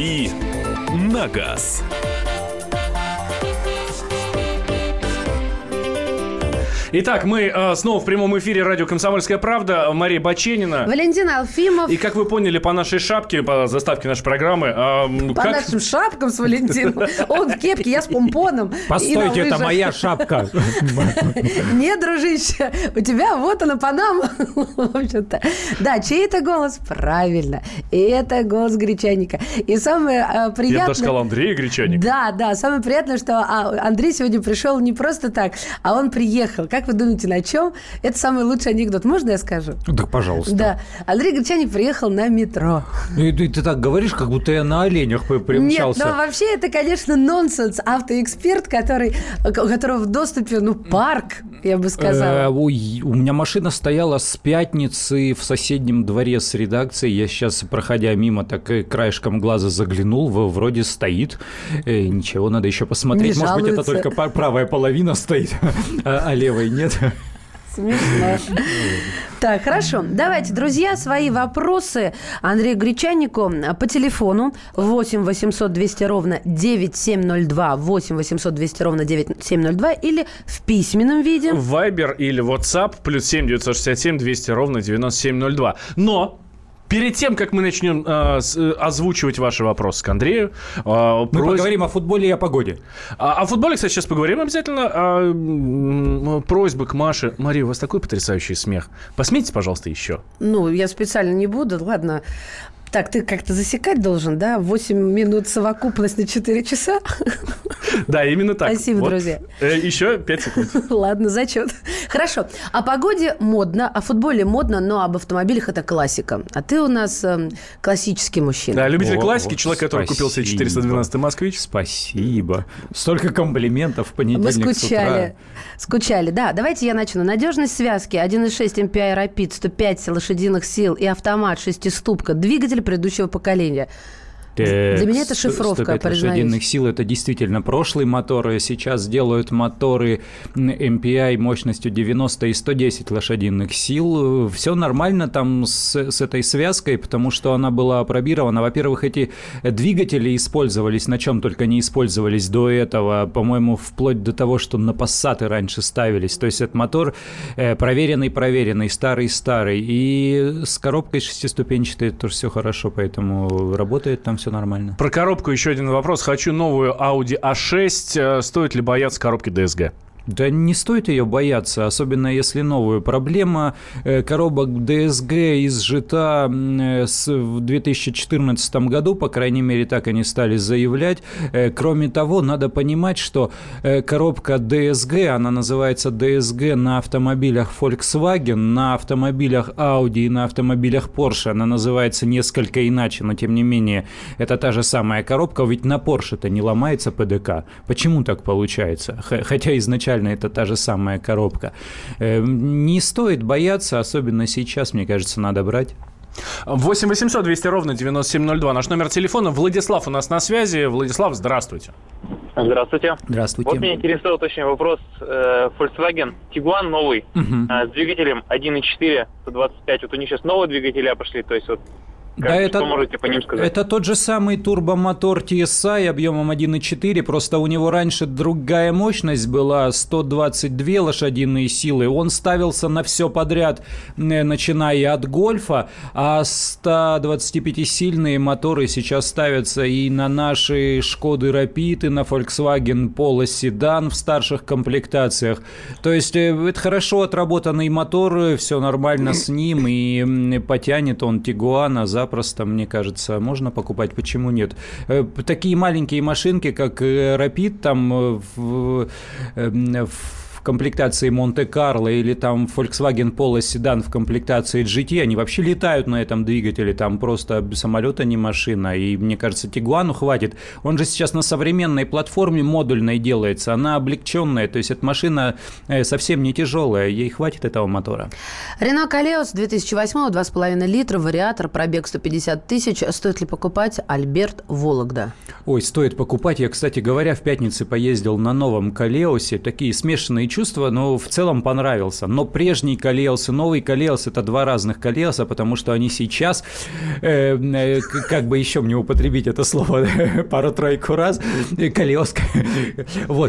«Дави на газ». Итак, мы снова в прямом эфире радио «Комсомольская правда». Мария Баченина. Валентин Алфимов. И как вы поняли по нашей шапке, по заставке нашей программы... По нашим шапкам с Валентином. Он в кепке, я с помпоном. Постойте, это моя шапка. Нет, дружище, у тебя вот она, Панама. В общем-то. Да, чей это голос? Правильно. Это голос Гречаника. И самое приятное... Я бы даже сказал Андрея Гречаника. Да, самое приятное, что Андрей сегодня пришел не просто так, а он приехал. Как вы думаете, на чем? Это самый лучший анекдот. Можно я скажу? Да, пожалуйста. Да. Андрей Гречаник приехал на метро. Ты так говоришь, как будто я на оленях примчался. Нет, но вообще это, конечно, нонсенс. Автоэксперт, у которого в доступе, парк, я бы сказала. У меня машина стояла с пятницы в соседнем дворе с редакцией. Я сейчас, проходя мимо, так краешком глаза заглянул. Вроде стоит. Ничего, надо еще посмотреть. Может быть, это только правая половина стоит, а левая нет. Смешно. Так, хорошо. Давайте, друзья, свои вопросы Андрею Гречанику по телефону 8 800 200 ровно 9702, 8 800 200 ровно 9702 или в письменном виде. Вайбер или WhatsApp +7 967 200 ровно 9702. Но... Перед тем, как мы начнем озвучивать ваши вопросы к Андрею... Мы поговорим о футболе и о погоде. О футболе, кстати, сейчас поговорим обязательно. Просьба к Маше. Мария, у вас такой потрясающий смех. Посмейтесь, пожалуйста, еще. Я специально не буду, ладно. Так, ты как-то засекать должен, да? 8 минут совокупность на 4 часа? Да, именно так. Спасибо, друзья. Еще 5 секунд. Ладно, зачет. Хорошо. О погоде модно, о футболе модно, но об автомобилях это классика. А ты у нас классический мужчина. Да, любитель классики, человек, который купил себе 412-й «Москвич». Спасибо. Столько комплиментов в понедельник с утра. Скучали. Да, давайте я начну. Надежность связки 1.6 MPI Rapid, 105 лошадиных сил и автомат 6-ступка. Двигатель предыдущего поколения. Для меня это шифровка, 105 лошадиных сил – это действительно прошлые моторы. Сейчас делают моторы MPI мощностью 90 и 110 лошадиных сил. Все нормально там с этой связкой, потому что она была апробирована. Во-первых, эти двигатели использовались, на чем только не использовались до этого, по-моему, вплоть до того, что на Пассаты раньше ставились. То есть этот мотор проверенный, старый. И с коробкой шестиступенчатой тоже все хорошо, поэтому работает там все нормально. Про коробку еще один вопрос. Хочу новую Audi A6. Стоит ли бояться коробки DSG? Да не стоит ее бояться, особенно если новую. Проблема коробок DSG изжита в 2014 году, по крайней мере, так они стали заявлять. Кроме того, надо понимать, что коробка DSG, она называется DSG на автомобилях Volkswagen, на автомобилях Audi и на автомобилях Porsche. Она называется несколько иначе, но тем не менее, это та же самая коробка, ведь на Porsche-то не ломается ПДК. Почему так получается? Хотя изначально это та же самая коробка. Не стоит бояться, особенно сейчас, мне кажется, надо брать. 8 800 200 ровно 9702. Наш номер телефона. Владислав у нас на связи. Владислав, здравствуйте. Здравствуйте. Здравствуйте. Вот меня интересует очень вопрос. Volkswagen Tiguan новый, с двигателем 1.4, 125. Вот у них сейчас новые двигателя пошли, то есть вот что можете по ним сказать? Это тот же самый турбомотор TSI объемом 1.4, просто у него раньше другая мощность была, 122 лошадиные силы. Он ставился на все подряд, начиная от Гольфа, а 125-сильные моторы сейчас ставятся и на наши Шкоды Rapid, и на Volkswagen Polo Sedan в старших комплектациях. То есть это хорошо отработанный мотор, все нормально с ним, и потянет он Тигуана запросто, мне кажется, можно покупать, почему нет? Такие маленькие машинки, как Rapid, там в комплектации Монте-Карло или там Volkswagen Polo Sedan в комплектации GT, они вообще летают на этом двигателе, там просто самолет, а не машина, и мне кажется, Тигуану хватит. Он же сейчас на современной платформе модульной делается, она облегченная, то есть эта машина совсем не тяжелая, ей хватит этого мотора. Renault Koleos 2008, 2,5 литра, вариатор, пробег 150 тысяч. Стоит ли покупать? Альберт, Вологда. Ой, стоит покупать. Я, кстати говоря, в пятницу поездил на новом Колеосе. Такие смешанные чувства, но в целом понравился. Но прежний Колеос и новый Колеос – это два разных Колеоса, потому что они сейчас, как бы еще мне употребить это слово пару-тройку раз, Колеос, вот.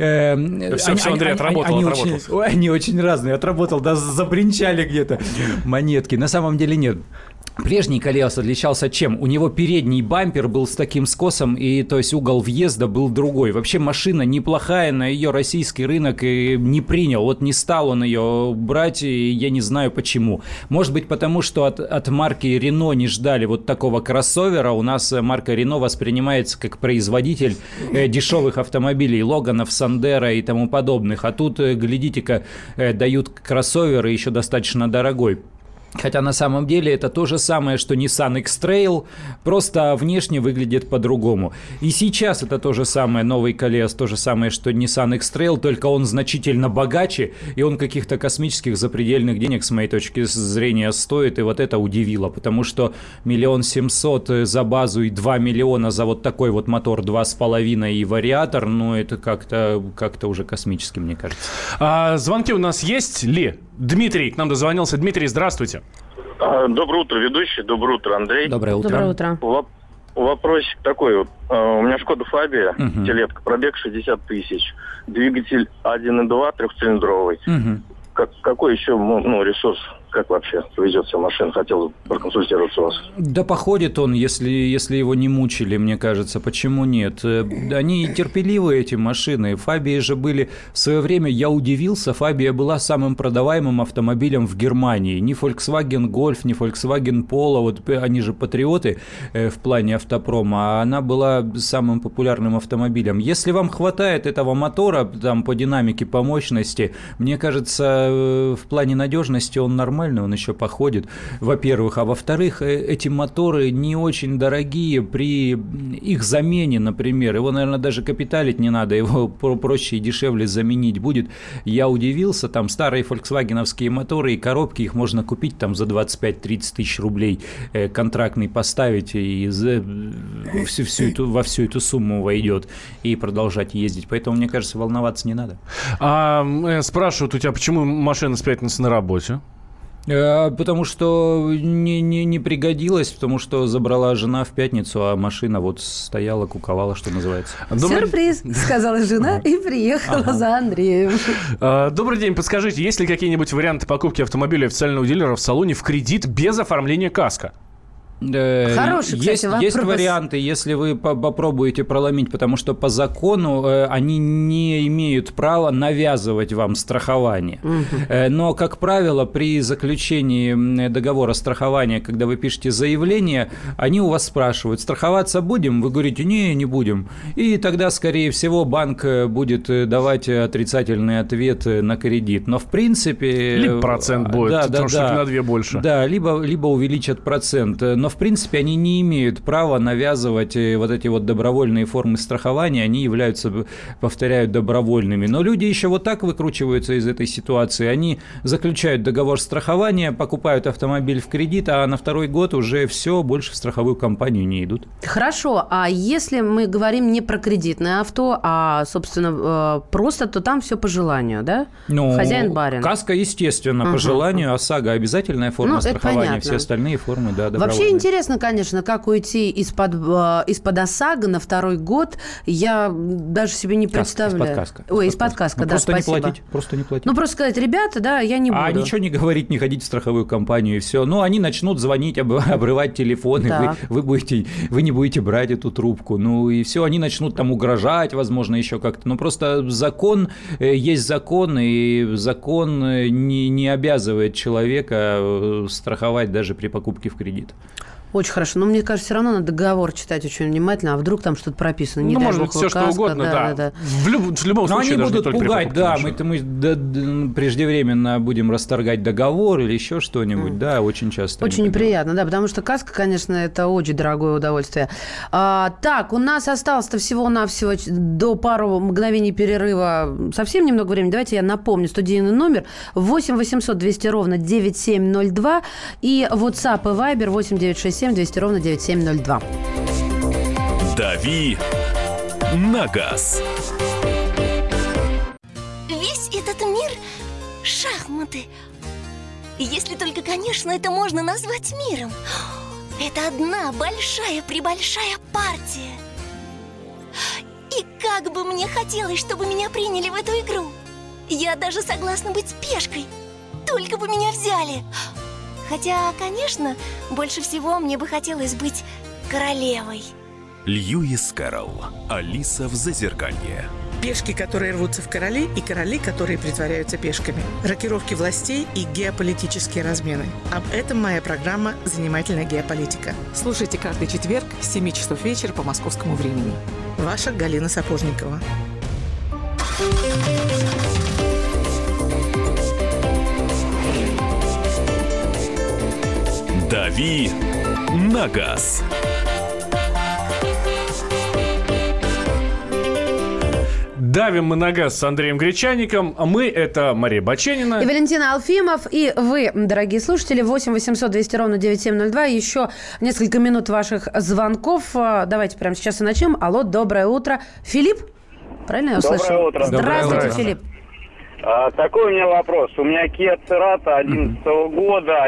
Все, Андрей, отработал. Они очень разные, отработал, да, забринчали где-то монетки. На самом деле нет. Прежний Колеос отличался чем? У него передний бампер был с таким скосом, и то есть угол въезда был другой. Вообще машина неплохая, на ее российский рынок и не принял. Вот не стал он ее брать, и я не знаю почему. Может быть, потому что от марки Renault не ждали вот такого кроссовера. У нас марка Renault воспринимается как производитель дешевых автомобилей, Логанов, Сандера и тому подобных. А тут, глядите-ка, дают кроссовер, и еще достаточно дорогой. Хотя на самом деле это то же самое, что Nissan X-Trail, просто внешне выглядит по-другому. И сейчас это то же самое, новый Колеос, то же самое, что Nissan X-Trail, только он значительно богаче, и он каких-то космических запредельных денег, с моей точки зрения, стоит, и вот это удивило, потому что 1 700 000 за базу и 2 миллиона за вот такой вот мотор 2,5 и вариатор, ну это как-то уже космически, мне кажется. Звонки у нас есть ли? Дмитрий к нам дозвонился. Дмитрий, здравствуйте. Доброе утро, ведущий. Доброе утро, Андрей. Доброе утро. Доброе утро. Вопросик такой. У меня Шкода Фабия, пятилетка, пробег 60 000. Двигатель 1.2 трехцилиндровый. Какой еще ресурс? Как вообще повезет машина? Хотел проконсультироваться у вас. Да походит он, если его не мучили, мне кажется. Почему нет? Они терпеливые, эти машины. Фабии же были в свое время, я удивился, Фабия была самым продаваемым автомобилем в Германии. Ни Volkswagen Golf, ни Volkswagen Polo, вот они же патриоты в плане автопрома, а она была самым популярным автомобилем. Если вам хватает этого мотора, там по динамике, по мощности, мне кажется, в плане надежности он нормальный. Он еще походит, во-первых. А во-вторых, эти моторы не очень дорогие при их замене, например. Его, наверное, даже капиталить не надо, его проще и дешевле заменить будет. Я удивился, там старые фольксвагеновские моторы и коробки, их можно купить там за 25-30 тысяч рублей, контрактный поставить, и во всю эту сумму войдет, и продолжать ездить. Поэтому, мне кажется, волноваться не надо. Спрашивают у тебя, почему машина с пятницы на работе? Потому что не пригодилось, потому что забрала жена в пятницу, а машина вот стояла, куковала, что называется. Сюрприз, сказала жена и приехала за Андреем. Добрый день, подскажите, есть ли какие-нибудь варианты покупки автомобиля официального дилера в салоне в кредит без оформления каска? Хороший, кстати, вопрос. Есть варианты, если вы попробуете проломить, потому что по закону они не имеют права навязывать вам страхование. Но, как правило, при заключении договора страхования, когда вы пишете заявление, они у вас спрашивают, страховаться будем? Вы говорите, не будем. И тогда, скорее всего, банк будет давать отрицательный ответ на кредит. Но, в принципе... Либо процент будет, потому что на 2 больше. Да, либо увеличат процент. Но, в принципе, они не имеют права навязывать вот эти вот добровольные формы страхования, они являются, повторяю, добровольными. Но люди еще вот так выкручиваются из этой ситуации. Они заключают договор страхования, покупают автомобиль в кредит, а на второй год уже все, больше в страховую компанию не идут. Хорошо, а если мы говорим не про кредитное авто, а, собственно, просто, то там все по желанию, да? Хозяин-барин. Каска, естественно, по желанию, ОСАГО обязательная форма страхования, все остальные формы, да, добровольные. Вообще интересно, конечно, как уйти из-под ОСАГО на второй год. Я даже себе не представляю. Из-под каска. Ой, из-под каска, да, просто спасибо. Просто не платить. Ну, просто сказать, ребята, да, я не буду. А ничего не говорить, не ходить в страховую компанию, и все. Ну, они начнут звонить, обрывать телефоны, вы не будете брать эту трубку. Ну, и все, они начнут там угрожать, возможно, еще как-то. Но просто закон есть закон, и закон не обязывает человека страховать даже при покупке в кредит. Очень хорошо. Но мне кажется, все равно надо договор читать очень внимательно, а вдруг там что-то прописано. Не может быть, все что угодно, да. В любом случае, они даже будут пугать, да, мы преждевременно будем расторгать договор или еще что-нибудь, да, очень часто. Очень неприятно, да, потому что каска, конечно, это очень дорогое удовольствие. Так, у нас осталось-то всего-навсего до пару мгновений перерыва совсем немного времени. Давайте я напомню, студийный номер 8 800 200 ровно 9702 и WhatsApp и Viber 8 967 200 ровно 9702. Дави на газ. Весь этот планеты. Если только, конечно, это можно назвать миром. Это одна большая-пребольшая партия. И как бы мне хотелось, чтобы меня приняли в эту игру. Я даже согласна быть пешкой. Только бы меня взяли. Хотя, конечно, больше всего мне бы хотелось быть королевой. Льюис Кэрролл. Алиса в Зазеркалье. Пешки, которые рвутся в короли, и короли, которые притворяются пешками. Рокировки властей и геополитические размены. Об этом моя программа «Занимательная геополитика». Слушайте каждый четверг с 7 часов вечера по московскому времени. Ваша Галина Сапожникова. «Дави на газ». Давим мы на газ с Андреем Гречанником. Мы — это Мария Баченина. И Валентина Алфимов. И вы, дорогие слушатели, 8 800 200 ровно 9702. Еще несколько минут ваших звонков. Давайте прямо сейчас и начнем. Алло, доброе утро. Филипп? Правильно я услышал? Доброе утро. Здравствуйте, Филипп. Такой у меня вопрос. У меня Kia Cerato 2011 года,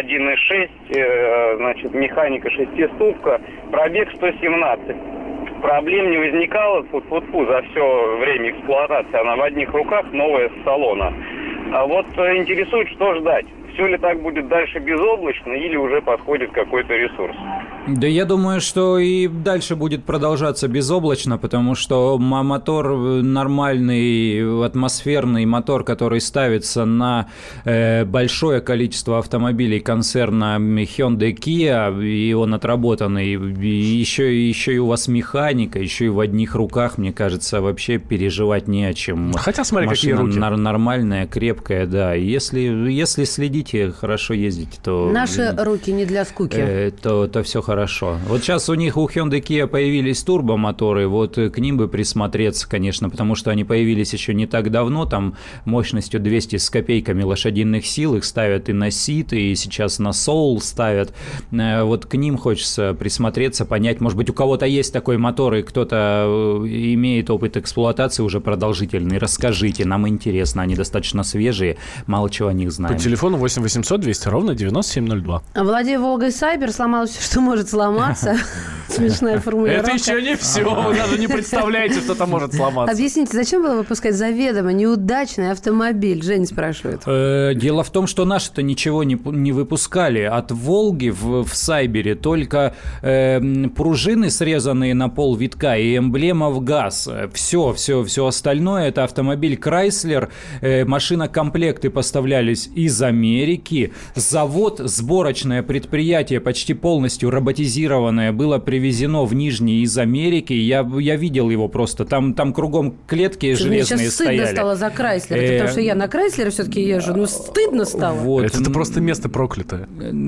1.6, значит, механика шестиступка, пробег 117. Проблем не возникало, фу-фу-фу, за все время эксплуатации. Она в одних руках, новая с салона. А вот интересует, что ждать. Все ли так будет дальше безоблачно или уже подходит какой-то ресурс? Да я думаю, что и дальше будет продолжаться безоблачно, потому что мотор нормальный, атмосферный мотор, который ставится на большое количество автомобилей концерна Hyundai Kia, и он отработанный, и еще и у вас механика, еще и в одних руках, мне кажется, вообще переживать не о чем. Хотя смотри, машина какие руки. Нормальная, крепкая, да. Если следите, хорошо ездите, то... Наши руки не для скуки. То все хорошо. Вот сейчас у них, у Hyundai Kia появились турбомоторы, вот к ним бы присмотреться, конечно, потому что они появились еще не так давно, там мощностью 200 с копейками лошадиных сил, их ставят и на Ceed, и сейчас на Soul ставят. Вот к ним хочется присмотреться, понять, может быть, у кого-то есть такой мотор, и кто-то имеет опыт эксплуатации уже продолжительный. Расскажите, нам интересно, они достаточно свежие, мало чего о них знаем. По телефону 8 800 200 ровно 9702. Владея Волгой Сайбер, сломалось все, что может сломаться. Смешная формулировка. Это еще не все. Вы даже не представляете, что там может сломаться. Объясните, зачем было выпускать заведомо неудачный автомобиль? Жень спрашивает. Дело в том, что наши-то ничего не выпускали. От «Волги» в Сайбере только пружины, срезанные на пол витка, и эмблема в газ. Все остальное – это автомобиль Chrysler. Машинокомплекты поставлялись из Америки. Завод, сборочное предприятие, почти полностью роботизированное, было привезено в Нижний из Америки. Я видел его просто. Там кругом клетки железные стояли. Мне сейчас стыдно стало за Chrysler, потому что я на Chrysler все-таки езжу. Ну, стыдно стало. Вот. Это просто место проклятое.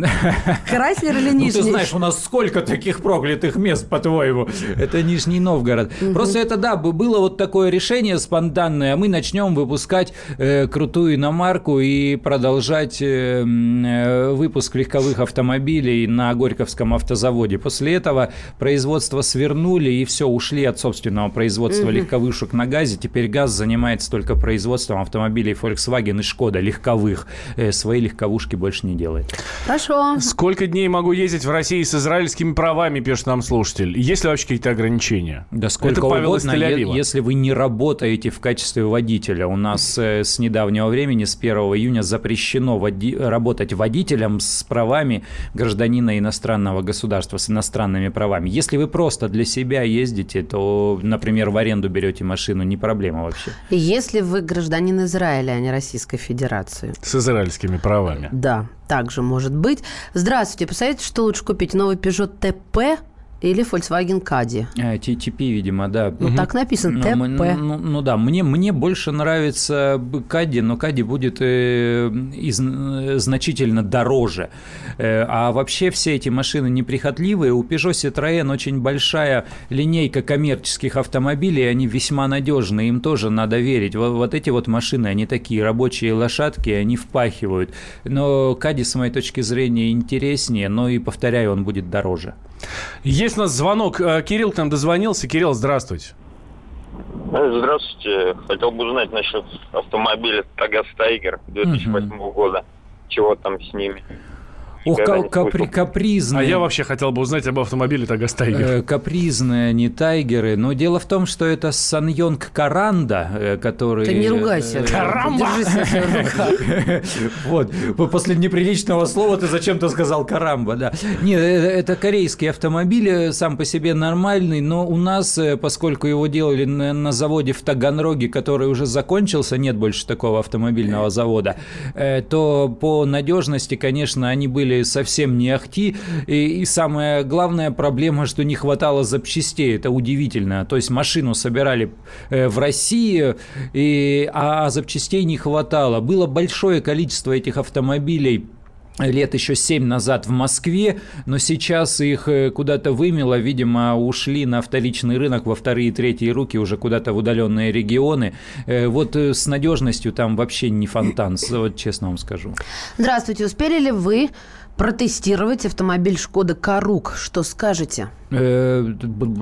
Chrysler или Нижний? Ну, ты знаешь, у нас сколько таких проклятых мест, по-твоему? Это Нижний Новгород. Просто это, да, было вот такое решение спонтанное. Мы начнем выпускать крутую иномарку и продолжать выпуск легковых автомобилей на Горьковском автозаводе. После этого производство свернули и все, ушли от собственного производства легковышек на газе. Теперь ГАЗ занимается только производством автомобилей Volkswagen и Шкода легковых. Свои легковушки больше не делает. Хорошо. Сколько дней могу ездить в России с израильскими правами, пишет нам слушатель? Есть ли вообще какие-то ограничения? Да сколько угодно, если вы не работаете в качестве водителя. У нас с недавнего времени, с 1 июня запрещено работать водителем с правами гражданина иностранного государства, с иностранными правами. Если вы просто для себя ездите, то, например, в аренду берете машину, не проблема вообще. Если вы гражданин Израиля, а не Российской Федерации. С израильскими правами. Да, также может быть. Здравствуйте. Посоветуйте, что лучше купить? Новый Peugeot TP или Volkswagen Caddy? TP, видимо, да. Ну, так написано, TP. Ну да, мне больше нравится Caddy, но Caddy будет значительно дороже. А вообще все эти машины неприхотливые. У Peugeot Citroën очень большая линейка коммерческих автомобилей, они весьма надежные, им тоже надо верить. Вот эти вот машины, они такие рабочие лошадки, они впахивают. Но Caddy, с моей точки зрения, интереснее, но и, повторяю, он будет дороже. Есть у нас звонок. Кирилл к нам дозвонился. Кирилл, здравствуйте. Здравствуйте. Хотел бы узнать насчет автомобиля Тагаз Тайгер 2008 года. Чего там с ними? Ох, капризные. А я вообще хотел бы узнать об автомобиле Тагаз Тайгер. Капризные, не Тайгеры. Но дело в том, что это Саньонг Каранда, который... Ты не ругайся. Карамба! Вот. После неприличного слова ты зачем-то сказал карамба, да. Нет, это корейский автомобиль, сам по себе нормальный, но у нас, поскольку его делали на заводе в Таганроге, который уже закончился, нет больше такого автомобильного завода, то по надежности, конечно, они были совсем не ахти, и самая главная проблема, что не хватало запчастей, это удивительно, то есть машину собирали в России, а запчастей не хватало, было большое количество этих автомобилей лет еще 7 назад в Москве, но сейчас их куда-то вымело, видимо, ушли на вторичный рынок, во вторые и третьи руки, уже куда-то в удаленные регионы. Вот с надежностью там вообще не фонтан, вот честно вам скажу. Здравствуйте, успели ли вы протестировать автомобиль «Шкода Карук»? Что скажете? Нет,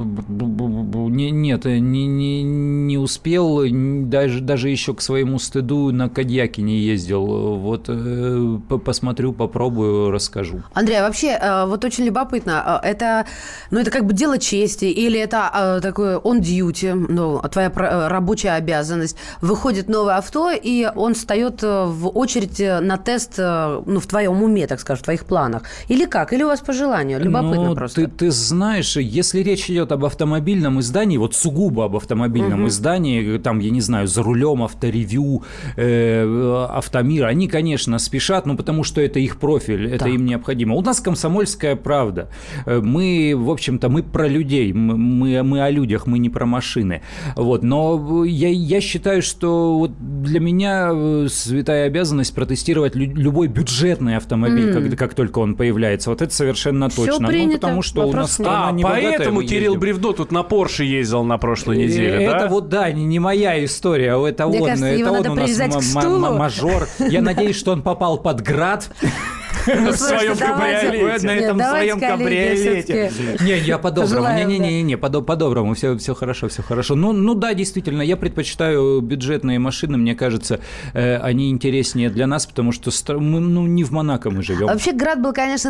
не успел, даже еще к своему стыду на Кодиаке не ездил. Вот посмотрю, попробую, расскажу. Андрей, а вообще, вот очень любопытно, это как бы дело чести или это такое on duty, твоя рабочая обязанность? Выходит новое авто, и он встает в очередь на тест, в твоем уме, так скажем, в твоих планах? Или как? Или у вас по желанию? Любопытно просто. Ты знаешь, если речь идет об автомобильном издании, вот сугубо об автомобильном издании, там, я не знаю, «За рулем», «Авторевью», «Автомир», они, конечно, спешат, потому что это их профиль, это им необходимо. У нас «Комсомольская правда». Мы, в общем-то, мы про людей, мы о людях, мы не про машины. Вот. Но я считаю, что вот для меня святая обязанность протестировать любой бюджетный автомобиль, как только он появляется. Вот это совершенно точно. Все принято. Потому что у нас страна небогатая. Поэтому Кирилл Бревдо тут на Порше ездил на прошлой неделе, да? Это вот, да, не моя история. Это Мне он, кажется, это его он надо у нас мажор. Я надеюсь, что он попал под град. В своем кабриолете. На этом своем кабриолете. Не, я по-доброму. Не, по-доброму. Все хорошо, все хорошо. Ну да, действительно, я предпочитаю бюджетные машины. Мне кажется, они интереснее для нас, потому что мы не в Монако мы живем. Вообще, град был, конечно,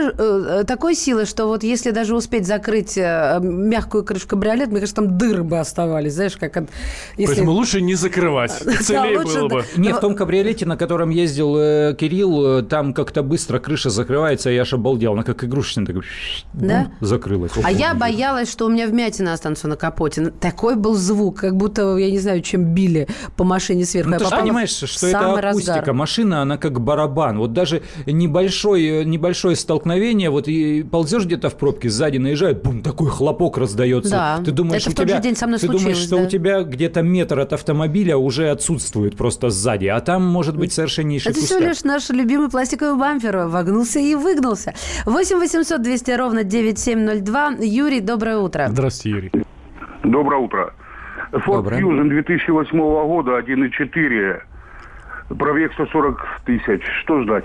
такой силы, что вот если даже успеть закрыть мягкую крышу кабриолета, мне кажется, там дыры бы оставались. Знаешь, как... Поэтому лучше не закрывать. Целее было бы. Не, в том кабриолете, на котором ездил Кирилл, там как-то быстро крыша закрывается, и я аж обалдел. Она как игрушечная, так закрылась. А я боялась, что у меня вмятины останутся на капоте. Такой был звук, как будто, я не знаю, чем били по машине сверху. Ты же понимаешь, что это акустика. Машина, она как барабан. Вот даже небольшое столкновение, вот и ползешь где-то в пробке, сзади наезжает, бум, такой хлопок раздается. Да, ты думаешь, это в тот же день со мной случилось. Ты думаешь, что у тебя где-то метр от автомобиля уже отсутствует просто сзади, а там может быть совершеннейший пустяк. Это всего лишь наш любимый пластиковый бампер вогнулся и выгнулся. 8 800 200 ровно 9702. Юрий, доброе утро. Здравствуйте, Юрий. Доброе утро. Ford Fusion 2008 года, 1.4. Пробег 140 тысяч. Что ждать?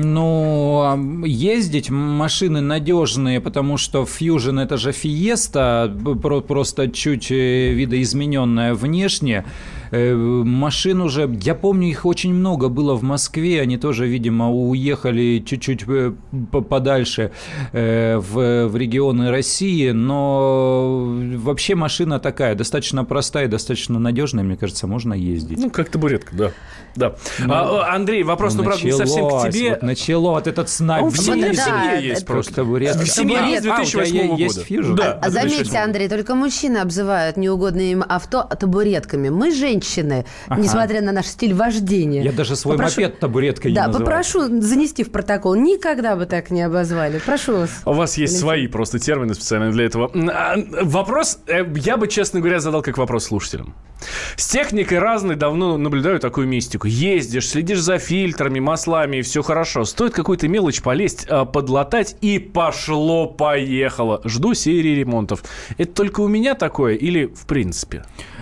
Ездить машины надежные, потому что Fusion это же Fiesta, просто чуть видоизмененная внешне. Машин уже, я помню, их очень много было в Москве, они тоже, видимо, уехали чуть-чуть подальше в регионы России, но вообще машина такая, достаточно простая, достаточно надежная, мне кажется, можно ездить. Как табуретка, да. Андрей, вопрос, правда, не совсем к тебе. Вот начало, этот сноб. В семье есть просто табуретка. В семье есть 2008 года. Заметьте, Андрей, только мужчины обзывают неугодные им авто табуретками. Мы, женщины, несмотря на наш стиль вождения. Я даже свой мопед табуреткой не называю. Да, попрошу занести в протокол. Никогда бы так не обозвали. Прошу вас. У вас есть свои просто термины специально для этого. Вопрос, я бы, честно говоря, задал как вопрос слушателям. С техникой разной давно наблюдаю такую мистику. Ездишь, следишь за фильтрами, маслами, и все хорошо. Стоит какую-то мелочь полезть, подлатать, и пошло-поехало. Жду серии ремонтов. Это только у меня такое или в принципе?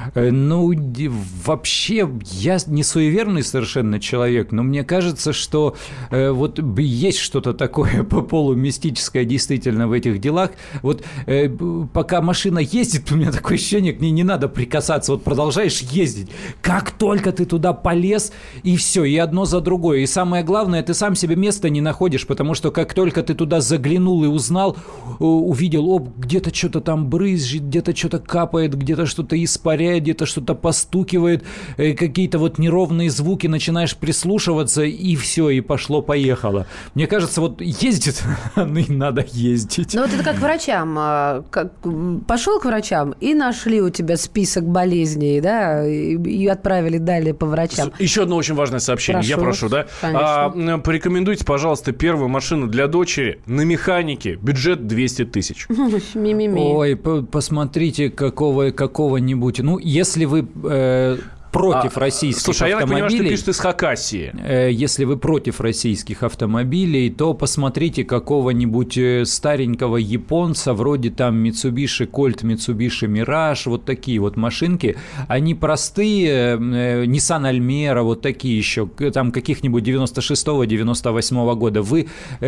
Ну, вообще, я не суеверный совершенно человек, но мне кажется, что вот есть что-то такое полумистическое действительно в этих делах. Вот пока машина ездит, у меня такое ощущение, к ней не надо прикасаться. Вот продолжаешь ездить. Как только ты туда полез, и все, и одно за другое. И самое главное, ты сам себе места не находишь, потому что как только ты туда заглянул и узнал, увидел, где-то что-то там брызжет, где-то что-то капает, где-то что-то испаряет, где-то что-то постукивает, какие-то вот неровные звуки, начинаешь прислушиваться, и все, и пошло-поехало. Мне кажется, вот ездит, и надо ездить. Ну вот это как врачам. Пошел к врачам, и нашли у тебя список болезней, да, и отправили далее по врачам. Еще одно очень важное сообщение, я прошу, да? Порекомендуйте, пожалуйста, первую машину для дочери на механике, бюджет 200 тысяч. Ой, посмотрите какого-нибудь, ну, если вы... против российских автомобилей. Слушай, я так понимаю, что ты пишешь из Хакасии. Если вы против российских автомобилей, то посмотрите какого-нибудь старенького японца, вроде там Mitsubishi Colt, Mitsubishi Mirage, вот такие вот машинки. Они простые, Nissan Almera, вот такие еще, там каких-нибудь 96-98 года. Вы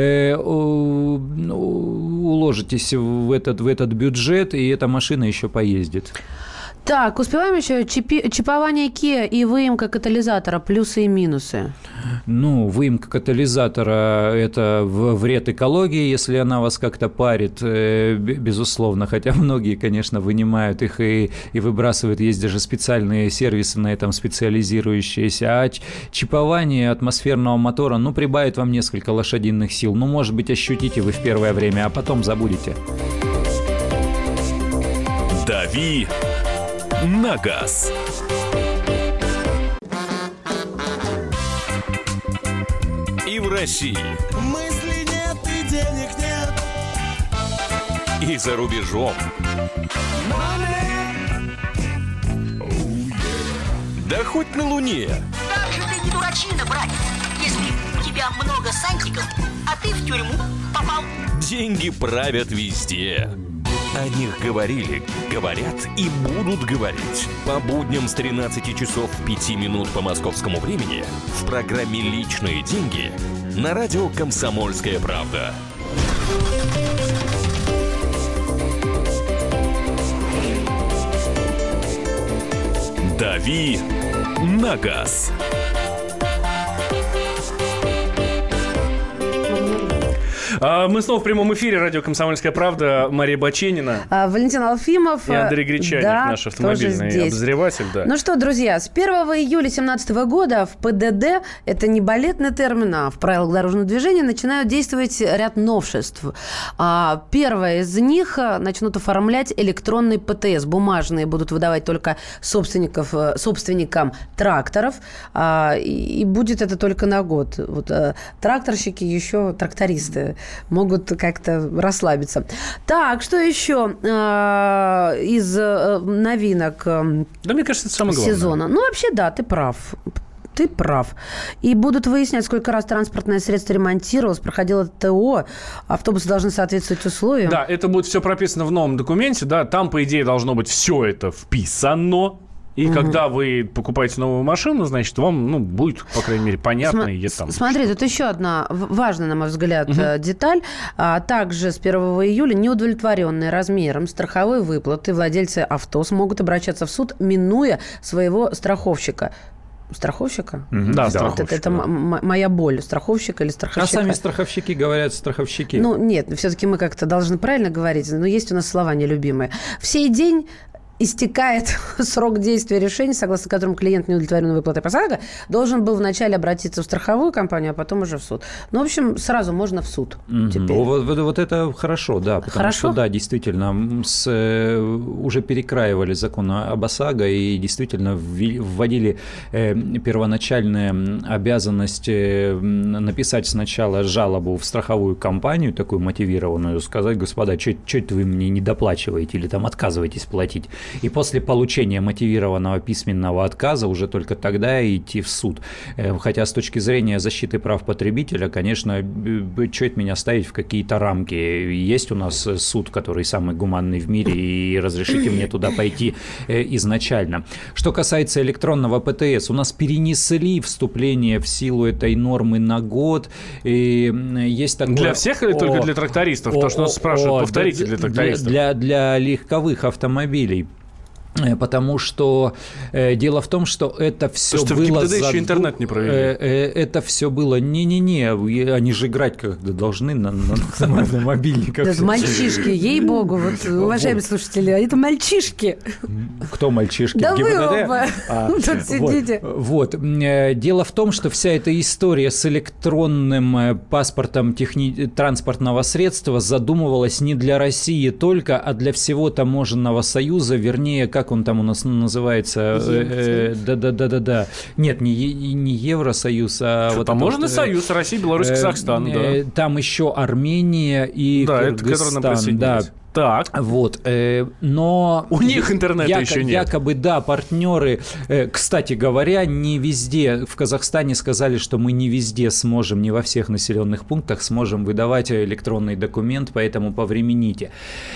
уложитесь в этот бюджет, и эта машина еще поездит. Так, успеваем еще чипование Kia и выемка катализатора, плюсы и минусы. Ну, выемка катализатора – это вред экологии, если она вас как-то парит, безусловно. Хотя многие, конечно, вынимают их и выбрасывают. Есть даже специальные сервисы на этом специализирующиеся. А чипование атмосферного мотора, ну, прибавит вам несколько лошадиных сил. Ну, может быть, ощутите вы в первое время, а потом забудете. «Дави на газ». И в России. Мысли нет и денег нет. И за рубежом. Да хоть на Луне. Как же ты не дурачина, братец, если у тебя много сантиков, а ты в тюрьму попал. Деньги правят везде. О них говорили, говорят и будут говорить. По будням с 13 часов 5 минут по московскому времени в программе «Личные деньги» на радио «Комсомольская правда». «Дави на газ». Мы снова в прямом эфире. Радио «Комсомольская правда». Мария Баченина. Валентин Алфимов. И Андрей Гречаник, да, наш автомобильный обозреватель. Да. Ну что, друзья, с 1 июля 2017 года в ПДД, это не балетный термин, а в правилах дорожного движения, начинают действовать ряд новшеств. Первое из них начнут оформлять электронный ПТС. Бумажные будут выдавать только собственникам тракторов. И будет это только на год. Вот, тракторщики еще, трактористы, могут как-то расслабиться. Так, что еще из новинок да, мне кажется, это самое главное. Сезона? Ну, вообще, да, ты прав. Ты прав. И будут выяснять, сколько раз транспортное средство ремонтировалось, проходило ТО, автобусы должны соответствовать условиям. Да, это будет все прописано в новом документе, да, там, по идее, должно быть все это вписано. И когда вы покупаете новую машину, значит, вам будет, по крайней мере, понятно. Смотри, тут еще одна важная, на мой взгляд, деталь. Также с 1 июля неудовлетворенные размером страховой выплаты владельцы авто смогут обращаться в суд, минуя своего страховщика. Страховщика? Да, страховщика. Это моя боль. Страховщика или страховщика? А сами страховщики говорят страховщики. Ну, нет, все-таки мы как-то должны правильно говорить, но есть у нас слова нелюбимые. В сей день истекает срок действия решения, согласно которому клиент неудовлетворенной выплатой посадка должен был вначале обратиться в страховую компанию, а потом уже в суд. Ну, в общем, сразу можно в суд теперь. Вот это хорошо, да. Потому что, да, действительно, уже перекраивали закон об ОСАГО и действительно вводили первоначальную обязанность написать сначала жалобу в страховую компанию, такую мотивированную, сказать: господа, что это вы мне не доплачиваете или там отказываетесь платить. и после получения мотивированного письменного отказа уже только тогда идти в суд. Хотя с точки зрения защиты прав потребителя, конечно, что это меня ставить в какие-то рамки? Есть у нас суд, который самый гуманный в мире, и разрешите мне туда пойти изначально. Что касается электронного ПТС, у нас перенесли вступление в силу этой нормы на год. И есть такое... Для всех или только для трактористов? То, что нас спрашивают, повторите для трактористов. Для легковых автомобилей. Потому что дело в том, что это все было... Потому что в ГИБДД еще интернет не провели. Это все было... Не-не-не, они же играть когда должны на мобильниках. Это мальчишки, ей-богу, вот, уважаемые слушатели, это мальчишки. Кто мальчишки? Да вы оба тут сидите. Вот. Дело в том, что вся эта история с электронным паспортом транспортного средства задумывалась не для России только, а для всего таможенного союза, вернее, как он там у нас называется? Да. Нет, не Евросоюз, а... Вот таможенный союз, Россия, Беларусь, Казахстан, да. Там еще Армения и Кыргызстан, да. Так. Вот, но... У них интернета еще нет. Якобы, да, партнеры, кстати говоря, не везде, в Казахстане сказали, что мы не везде сможем, не во всех населенных пунктах сможем выдавать электронный документ, поэтому повремените.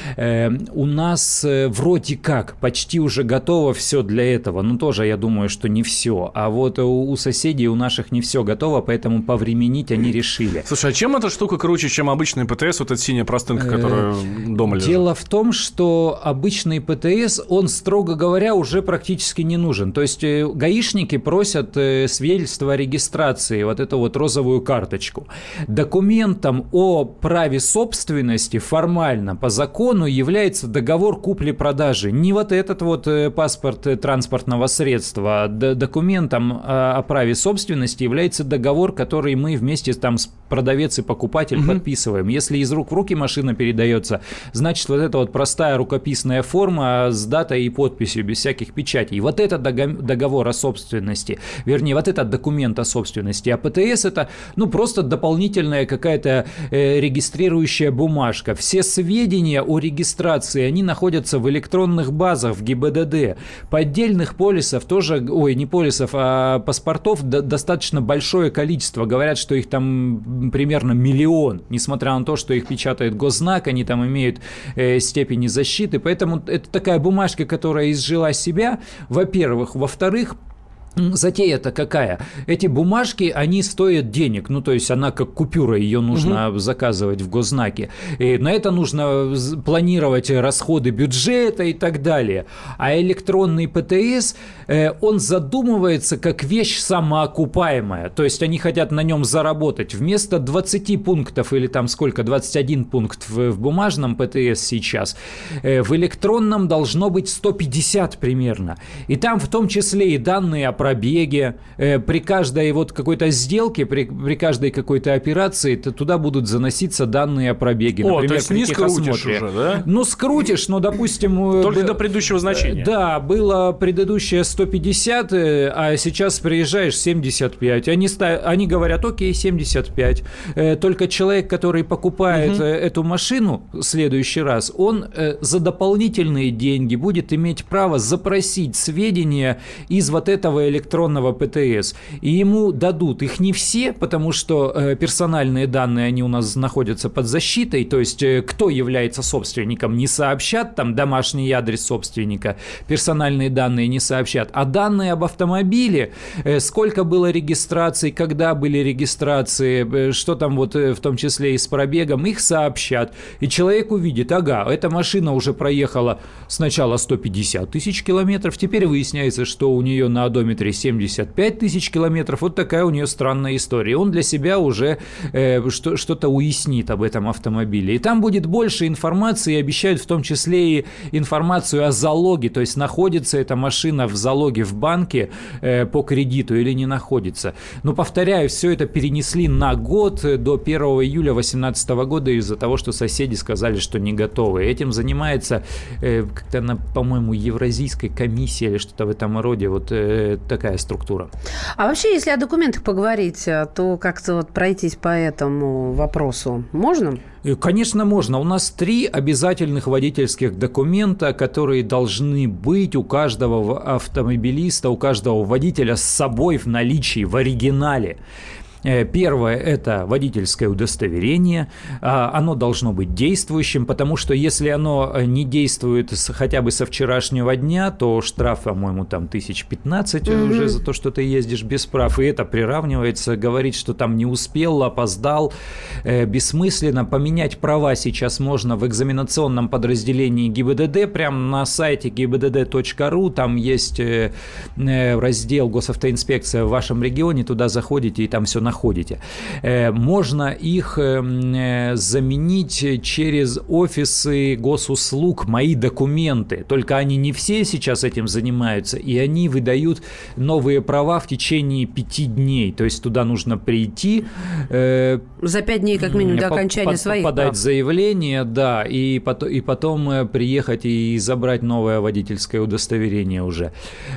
У нас вроде как почти уже готово все для этого, но тоже я думаю, что не все. А вот у соседей, у наших не все готово, поэтому повременить они решили. Слушай, а чем эта штука круче, чем обычный ПТС, вот эта синяя простынка, которая дома лежит? Дело в том, что обычный ПТС, он, строго говоря, уже практически не нужен. То есть гаишники просят свидетельство о регистрации, вот эту вот розовую карточку. Документом о праве собственности формально по закону является договор купли-продажи. Не вот этот вот паспорт транспортного средства, а документом о праве собственности является договор, который мы вместе там с продавец и покупатель подписываем. Если из рук в руки машина передается, значит, вот эта вот простая рукописная форма с датой и подписью, без всяких печатей. Вот это договор о собственности, вернее, вот этот документ о собственности. А ПТС это, просто дополнительная какая-то регистрирующая бумажка. Все сведения о регистрации, они находятся в электронных базах, в ГИБДД. Поддельных полисов тоже, не полисов, а паспортов достаточно большое количество. Говорят, что их там примерно 1 миллион, несмотря на то, что их печатает госзнак, они там имеют степени защиты, поэтому это такая бумажка, которая изжила себя, во-первых. Во-вторых, затея-то какая? Эти бумажки, они стоят денег, то есть она как купюра, ее нужно заказывать в госзнаке. И на это нужно планировать расходы бюджета и так далее. А электронный ПТС, он задумывается как вещь самоокупаемая, то есть они хотят на нем заработать. Вместо 20 пунктов или там сколько, 21 пункт в бумажном ПТС сейчас, в электронном должно быть 150 примерно. И там в том числе и данные о пробеге, при каждой вот какой-то сделке, при каждой какой-то операции туда будут заноситься данные о пробеге. Например, то есть не скрутишь уже, да? Скрутишь, допустим... Только до предыдущего значения. Да, было предыдущее 150, а сейчас приезжаешь 75. Они говорят, окей, 75. Только человек, который покупает эту машину в следующий раз, он за дополнительные деньги будет иметь право запросить сведения из вот этого электронного ПТС. И ему дадут их не все, потому что персональные данные, они у нас находятся под защитой, то есть кто является собственником, не сообщат, там домашний адрес собственника, персональные данные не сообщат, а данные об автомобиле, сколько было регистраций, когда были регистрации, что там вот в том числе и с пробегом, их сообщат. И человек увидит, эта машина уже проехала сначала 150 тысяч километров, теперь выясняется, что у нее на одометре 75 тысяч километров. Вот такая у нее странная история. Он для себя уже что-то уяснит об этом автомобиле. И там будет больше информации, и обещают в том числе и информацию о залоге, то есть находится эта машина в залоге в банке по кредиту или не находится. Но, повторяю, все это перенесли на год, до 1 июля 2018 года из-за того, что соседи сказали, что не готовы. Этим занимается как-то, по-моему, Евразийская комиссия или что-то в этом роде. Вот такая структура. А вообще, если о документах поговорить, то как-то вот пройтись по этому вопросу можно? Конечно, можно. У нас 3 обязательных водительских документа, которые должны быть у каждого автомобилиста, у каждого водителя с собой в наличии, в оригинале. Первое – это водительское удостоверение. Оно должно быть действующим, потому что если оно не действует хотя бы со вчерашнего дня, то штраф, по-моему, там 1015 уже за то, что ты ездишь без прав. И это приравнивается, говорит, что там не успел, опоздал. Бессмысленно. Поменять права сейчас можно в экзаменационном подразделении ГИБДД, прямо на сайте gibdd.ru. Там есть раздел «Госавтоинспекция» в вашем регионе. Туда заходите, и там все находите. Можно их заменить через офисы госуслуг «Мои документы». Только они не все сейчас этим занимаются, и они выдают новые права в течение 5 дней. То есть туда нужно прийти. За 5 дней как минимум до окончания своих прав. Подать заявление, да, и потом приехать и забрать новое водительское удостоверение уже.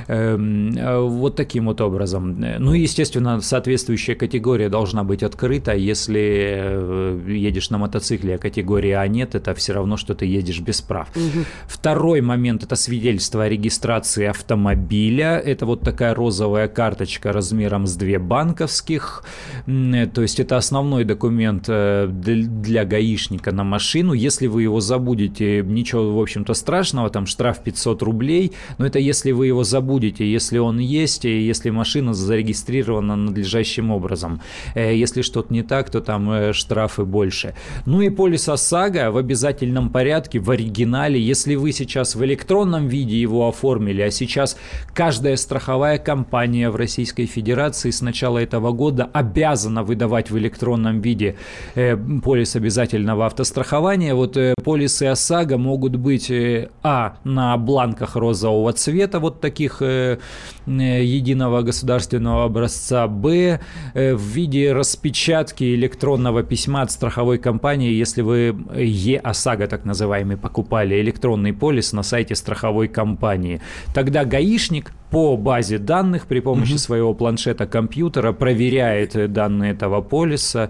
Вот таким вот образом. Ну и, естественно, соответствующая категория должна быть открыта. Если едешь на мотоцикле, а категории А нет, это все равно, что ты едешь без прав. Второй момент – это свидетельство о регистрации автомобиля. Это вот такая розовая карточка размером с 2 банковских. То есть это основной документ для гаишника на машину. Если вы его забудете, ничего, в общем-то, страшного, там штраф 500 рублей, но это если вы его забудете, если он есть, и если машина зарегистрирована надлежащим образом. Если что-то не так, то там штрафы больше. Ну и полис ОСАГО в обязательном порядке, в оригинале. Если вы сейчас в электронном виде его оформили, а сейчас каждая страховая компания в Российской Федерации с начала этого года обязана выдавать в электронном виде полис обязательного автострахования. Вот полисы ОСАГО могут быть на бланках розового цвета, вот таких единого государственного образца, б, в виде распечатки электронного письма от страховой компании, если вы ОСАГО, так называемый, покупали электронный полис на сайте страховой компании. Тогда гаишник по базе данных при помощи своего планшета, компьютера проверяет данные этого полиса.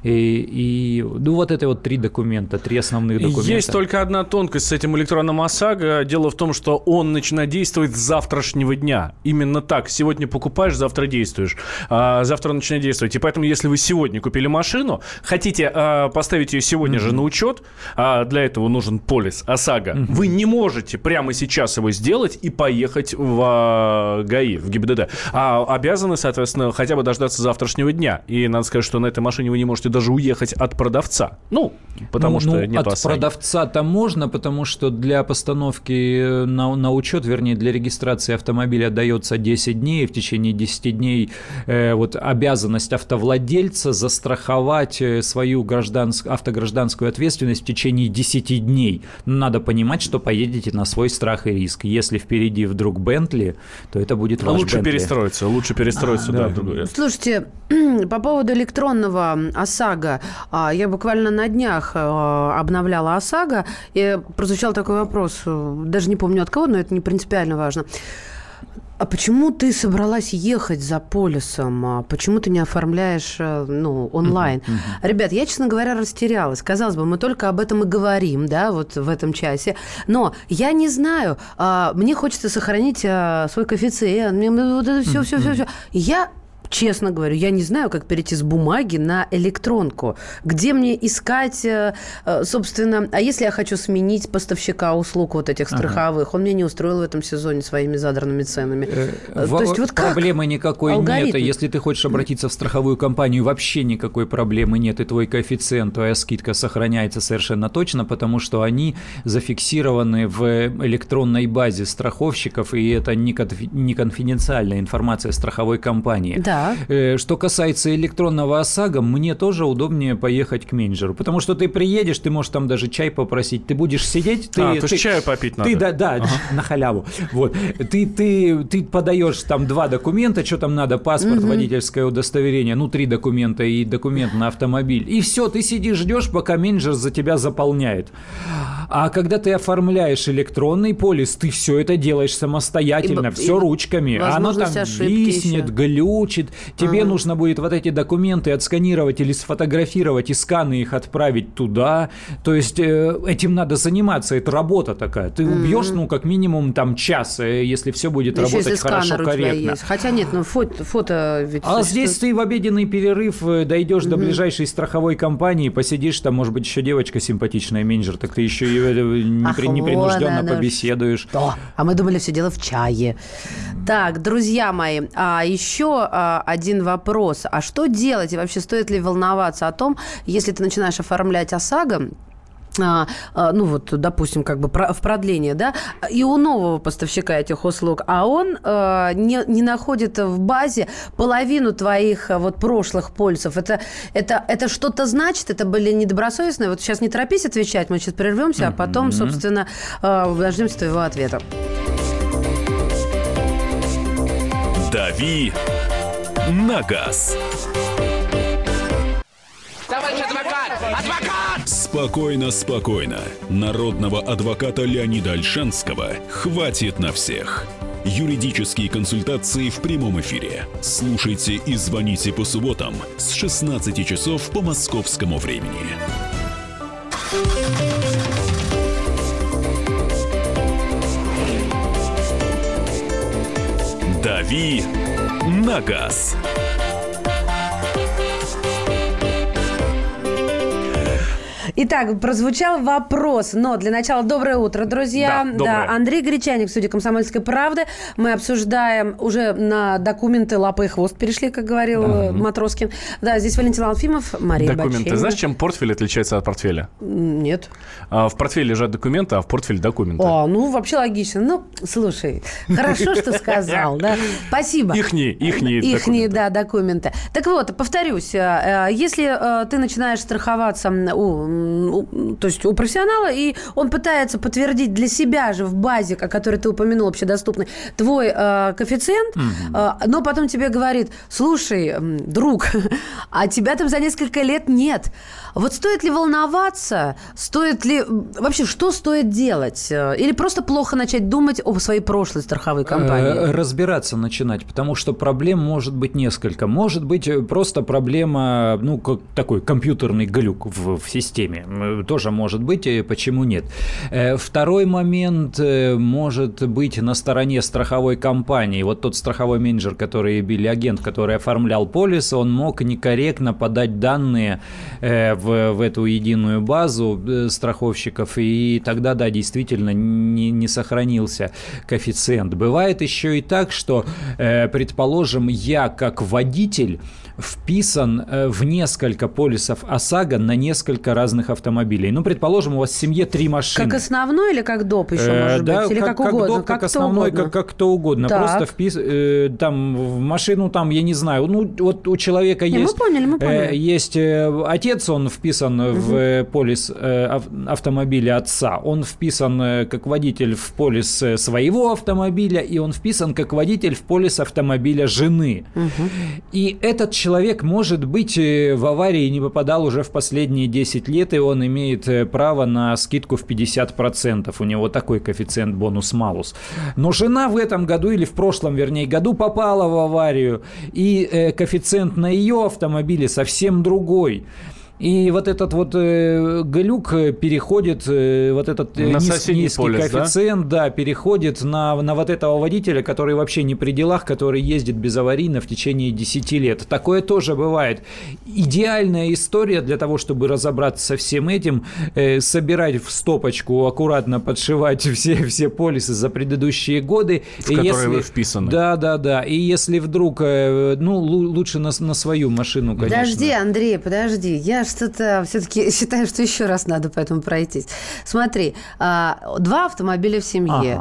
Ну, вот это вот 3 документа, 3 основных документа. Есть только одна тонкость с этим электронным ОСАГО. Дело в том, что он начинает действовать с завтрашнего дня. Именно так. Сегодня покупаешь, завтра действуешь. Завтра он начинает действовать. И поэтому, если вы сегодня купили машину, хотите поставить ее сегодня же на учет, для этого нужен полис ОСАГО, вы не можете прямо сейчас его сделать и поехать в ГАИ, в ГИБДД. А обязаны, соответственно, хотя бы дождаться завтрашнего дня. И надо сказать, что на этой машине вы не можете даже уехать от продавца. Потому что нет от ОСАГО. Продавца-то можно, потому что для постановки на учет, вернее, для регистрации автомобиля дается 10 дней. В течение 10 дней обязанность автовладельца застраховать свою автогражданскую ответственность в течение 10 дней. Надо понимать, что поедете на свой страх и риск. Если впереди вдруг Бентли, то это будет ваш Бентли. Лучше перестроиться, да. в другое. Слушайте, по поводу электронного ОСАГО, я буквально на днях обновляла ОСАГО, и прозвучал такой вопрос, даже не помню от кого, но это не принципиально важно. А почему ты собралась ехать за полисом? Почему ты не оформляешь онлайн? Ребят, я, честно говоря, растерялась. Казалось бы, мы только об этом и говорим, да, вот в этом часе. Но я не знаю, мне хочется сохранить свой коэффициент. Мне вот это все. Я... Честно говорю, я не знаю, как перейти с бумаги на электронку. Где мне искать, собственно... А если я хочу сменить поставщика услуг вот этих страховых? Он меня не устроил в этом сезоне своими задранными ценами. То есть вот как? Проблемы никакой алгоритм? нет. Если ты хочешь обратиться в страховую компанию, вообще никакой проблемы нет. И твой коэффициент, твоя скидка сохраняется совершенно точно, потому что они зафиксированы в электронной базе страховщиков, и это не конфиденциальная информация страховой компании. Да. Что касается электронного ОСАГО, мне тоже удобнее поехать к менеджеру, потому что ты приедешь, ты можешь там даже чай попросить, ты будешь сидеть... то есть чаю попить надо. Да, на халяву. Вот. Ты подаешь там 2 документа, что там надо, паспорт, водительское удостоверение, 3 документа и документ на автомобиль. И все, ты сидишь, ждешь, пока менеджер за тебя заполняет. А когда ты оформляешь электронный полис, ты все это делаешь самостоятельно, все ручками. Оно там виснет, глючит. Тебе нужно будет вот эти документы отсканировать или сфотографировать и сканы их отправить туда. То есть этим надо заниматься, это работа такая. Ты убьешь, как минимум там час, если все будет работать хорошо, корректно. Хотя нет, фото ведь здесь ты в обеденный перерыв дойдешь до ближайшей страховой компании, посидишь, там, может быть, еще девочка симпатичная, менеджер, так ты еще и непринужденно побеседуешь. А мы думали, все дело в чае. Так, друзья мои, еще один вопрос. А что делать и вообще стоит ли волноваться о том, если ты начинаешь оформлять ОСАГО, допустим, как бы в продление, да, и у нового поставщика этих услуг, а он не находит в базе половину твоих прошлых полисов. Это что-то значит? Это были недобросовестные? Вот сейчас не торопись отвечать, мы сейчас прервемся, а потом, собственно, дождемся твоего ответа. Дави на газ. Товарищ адвокат! Адвокат! Спокойно, спокойно. Народного адвоката Леонида Ольшанского хватит на всех. Юридические консультации в прямом эфире. Слушайте и звоните по субботам с 16 часов по московскому времени. Дави на газ. Итак, прозвучал вопрос, но для начала доброе утро, друзья. Да, Андрей Гречаник в студии «Комсомольской правды». Мы обсуждаем, уже на документы лапы и хвост перешли, как говорил Матроскин. Да, здесь Валентин Алфимов, Мария Документы. Баченина. Знаешь, чем портфель отличается от портфеля? Нет. В портфеле лежат документы, а в портфеле документы. Вообще логично. Слушай, хорошо, что сказал, да. Спасибо. Ихние документы. Так вот, повторюсь, если ты начинаешь страховаться то есть у профессионала, и он пытается подтвердить для себя же в базе, о которой ты упомянул, общедоступный, твой коэффициент, но потом тебе говорит: слушай, друг, а тебя там за несколько лет нет. Вот стоит ли волноваться? Стоит ли... Вообще, что стоит делать? Или просто плохо начать думать о своей прошлой страховой компании? Разбираться начинать, потому что проблем может быть несколько. Может быть просто проблема, как такой компьютерный глюк в системе. Тоже может быть, почему нет. Второй момент может быть на стороне страховой компании. Вот тот страховой менеджер, или агент, который оформлял полис, он мог некорректно подать данные в эту единую базу страховщиков, и тогда, да, действительно не сохранился коэффициент. Бывает еще и так, что, предположим, я как водитель вписан в несколько полисов ОСАГО на несколько разных автомобилей. Предположим, у вас в семье 3 машины. Как основной или как доп еще, может быть? Или как угодно? Доп, как основной, как кто угодно. Так. Просто там в машину, я не знаю, вот у человека есть... Мы поняли. Есть отец, он вписан в полис автомобиля отца, он вписан как водитель в полис своего автомобиля, и он вписан как водитель в полис автомобиля жены. И этот человек, может быть, в аварии не попадал уже в последние 10 лет, и он имеет право на скидку в 50%. У него такой коэффициент бонус-малус. Но жена в этом году, или в прошлом, году попала в аварию, и коэффициент на ее автомобиле совсем другой. И вот этот глюк переходит, вот этот низкий полис, коэффициент, да, переходит на вот этого водителя, который вообще не при делах, который ездит безаварийно в течение 10 лет. Такое тоже бывает. Идеальная история для того, чтобы разобраться со всем этим, собирать в стопочку, аккуратно подшивать все полисы за предыдущие годы. В которые вы вписаны. Да. И если вдруг, лучше на свою машину, конечно. Подожди, Андрей, я что-то все-таки считаю, что еще раз надо по этому пройтись. Смотри, 2 автомобиля в семье.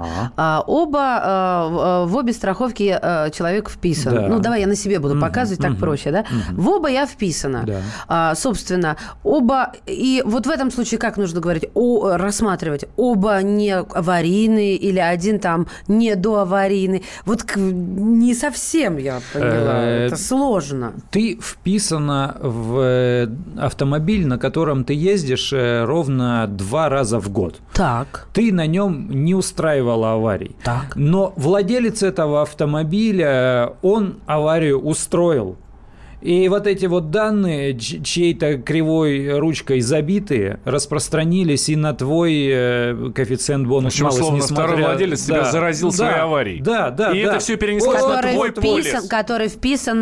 В обе страховки человек вписан. Да. Ну, давай я на себе буду показывать, так проще, да? В оба я вписана. Да. Собственно, оба... И вот в этом случае как нужно говорить? Рассматривать? Оба не аварийные или один там не доаварийный? Вот не совсем я поняла. Это сложно. Ты вписана в автомобиль, на котором ты ездишь ровно 2 раза в год. Так. Ты на нем не устраивала аварий. Так. Но владелец этого автомобиля, он аварию устроил. И вот эти вот данные, чьей-то кривой ручкой забитые, распространились и на твой коэффициент бонус-малус, условно, второй владелец тебя заразил своей аварией. Да. И это все перенеслось на твой полис. Который вписан...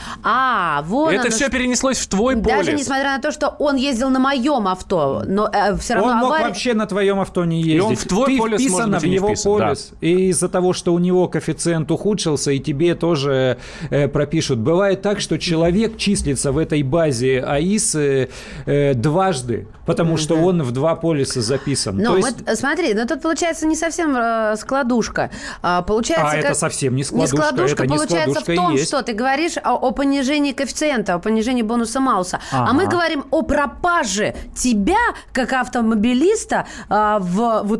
Это все перенеслось в твой полис. Даже несмотря на то, что он ездил на моем авто, но все равно он мог вообще на твоем авто не ездить. И он в твой полис, вписана в его полис. Да. И из-за того, что у него коэффициент ухудшился, и тебе тоже пропишут. Бывает так, что человек числится в этой базе АИС дважды, потому что он в 2 полиса записан. Но смотри, тут получается не совсем складушка. Получается, это совсем не складушка. Не складушка, получается в том, что ты говоришь о понижении коэффициента, о понижении бонуса-малуса. А мы говорим о пропаже тебя, как автомобилиста, в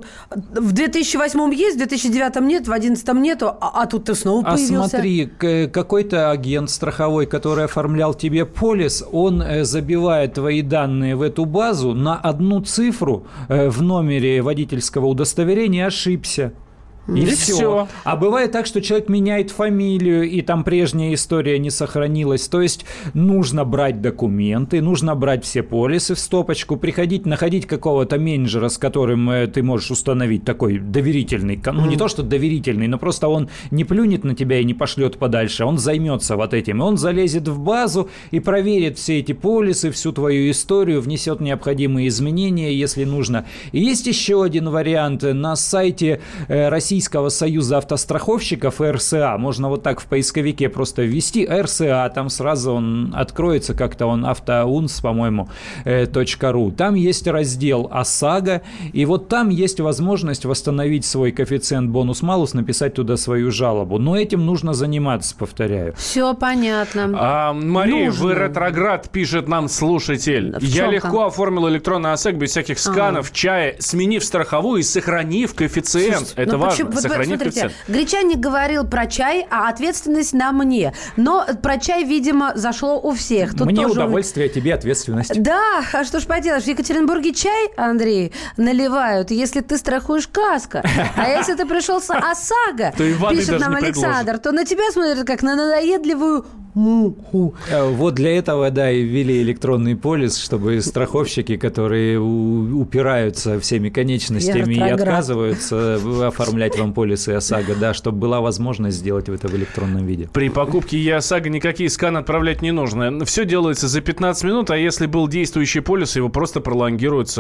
2008 есть, в 2009 нет, в 2011 нету, а тут ты снова появился. Смотри, какой-то агент страховой, который оформлял тебе полис, он забивает твои данные в эту базу, на одну цифру в номере водительского удостоверения ошибся. И все. А бывает так, что человек меняет фамилию, и там прежняя история не сохранилась. То есть нужно брать документы, нужно брать все полисы в стопочку, приходить, находить какого-то менеджера, с которым ты можешь установить такой доверительный, ну не то, что доверительный, но просто он не плюнет на тебя и не пошлет подальше, он займется вот этим. И он залезет в базу и проверит все эти полисы, всю твою историю, внесет необходимые изменения, если нужно. И есть еще один вариант. На сайте Российского союза автостраховщиков РСА, можно вот так в поисковике просто ввести РСА, там сразу он откроется, как-то он автоунс, по-моему, .ру. Там есть раздел ОСАГО, и вот там есть возможность восстановить свой коэффициент бонус-малус, написать туда свою жалобу. Но этим нужно заниматься, повторяю. Все понятно. Мария, вы ретроград, пишет нам слушатель. Я легко оформил электронный ОСАГО без всяких сканов, чая, сменив страховую и сохранив коэффициент. Это важно. Смотрите, Гречаник говорил про чай, а ответственность на мне. Но про чай, видимо, зашло у всех. Тут мне тоже удовольствие, тебе ответственность. Да, а что ж поделаешь, в Екатеринбурге чай, Андрей, наливают, если ты страхуешь КАСКО. А если ты пришел с ОСАГО, пишет нам Александр, то на тебя смотрят как на надоедливую муху. Вот для этого, да, и ввели электронный полис, чтобы страховщики, которые упираются всеми конечностями и отказываются оформлять вам полисы ОСАГО, да, чтобы была возможность сделать это в электронном виде. При покупке ЕОСАГО никакие сканы отправлять не нужно. Все делается за 15 минут, а если был действующий полис, его просто пролонгируют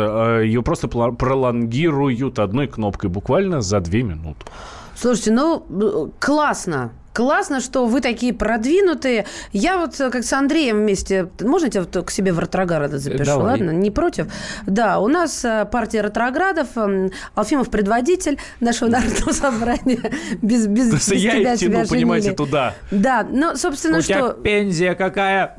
одной кнопкой, буквально за 2 минуты. Слушайте, классно. Классно, что вы такие продвинутые. Я вот как с Андреем вместе... Можно я тебя к себе в ретрограды запишу? Давай. Ладно? Не против? Да, у нас партия ретроградов. Алфимов предводитель нашего народного собрания. Без я тяну, понимаете, туда. Да, но, собственно, что... У тебя пенсия какая?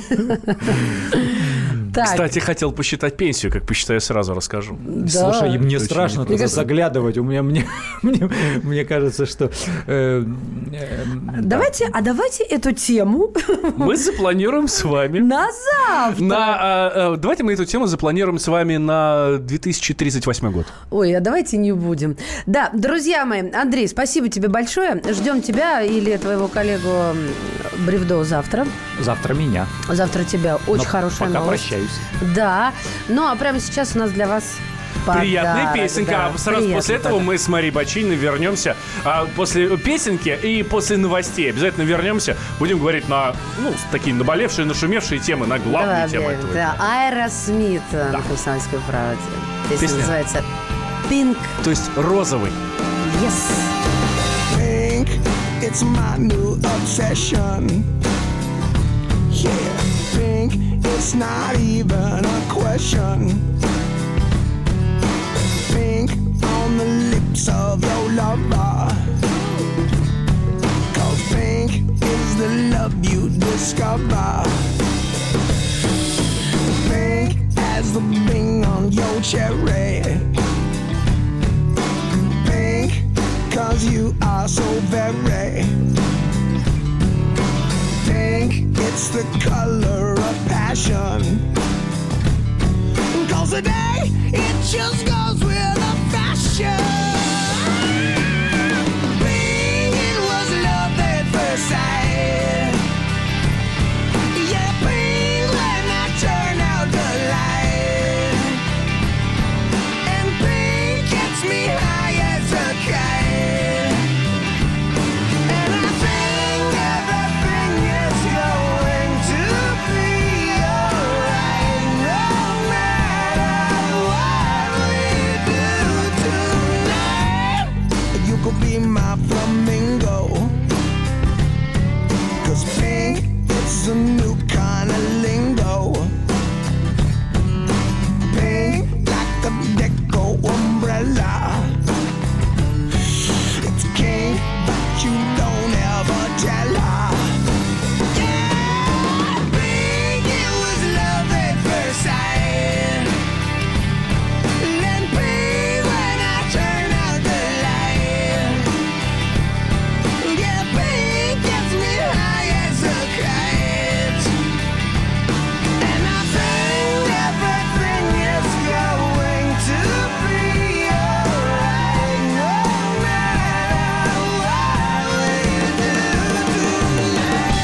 Так. Кстати, хотел посчитать пенсию, как посчитаю, сразу расскажу. Да. Слушай, мне страшно туда заглядывать. Мне кажется, что... Давайте эту тему... Мы запланируем с вами... На завтра! Давайте мы эту тему запланируем с вами на 2038 год. Ой, а давайте не будем. Да, друзья мои, Андрей, спасибо тебе большое. Ждем тебя или твоего коллегу Бревдо завтра. Завтра меня. Завтра тебя. Очень хорошая новость. Пока прощаюсь. Да. Ну, а прямо сейчас у нас для вас подарок. Приятная песенка. Да, а сразу после этого мы с Марией Бачининой вернемся. После песенки и после новостей обязательно вернемся. Будем говорить на такие наболевшие, нашумевшие темы, на главные темы этого. Да, Аэросмит на «Комсомольской правде». Песня называется «Pink». То есть розовый. Yes. Pink, it's my new obsession. Yeah, pink, it's not even a question. Pink on the lips of your lover. 'Cause pink is the love you discover. Pink as the bing on your cherry. Pink, 'cause you are so very. Pink, it's the color of passion. 'Cause today, it just goes with the fashion. Pink, it was love at first sight. Yeah, pink when I turn out the light. And pink gets me high as a kite. And I think everything is going to be alright. No matter what we do tonight, you could be my flamingo. 'Cause pink, it's a new kind of lingo. Pink, like a deco umbrella. It's king, but you don't ever tell her. Yeah, pink, it was love at first sight. And pink when I turn out the light. Yeah, pink gets me high as a kite. And I think everything is going to be alright. No matter what we do tonight.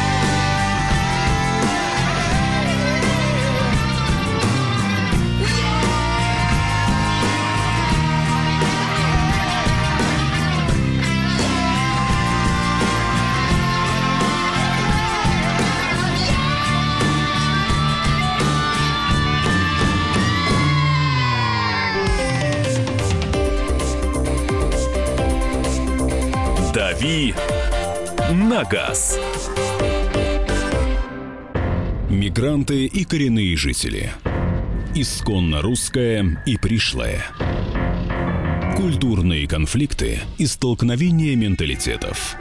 «Дави на газ». Мигранты и коренные жители. Исконно русское и пришлое. Культурные конфликты и столкновения менталитетов.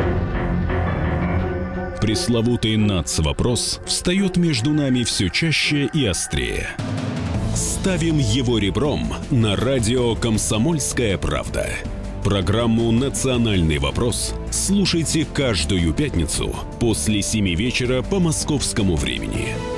Пресловутый НАЦ-вопрос встает между нами все чаще и острее. Ставим его ребром на радио «Комсомольская правда». Программу «Национальный вопрос» слушайте каждую пятницу после 7 вечера по московскому времени.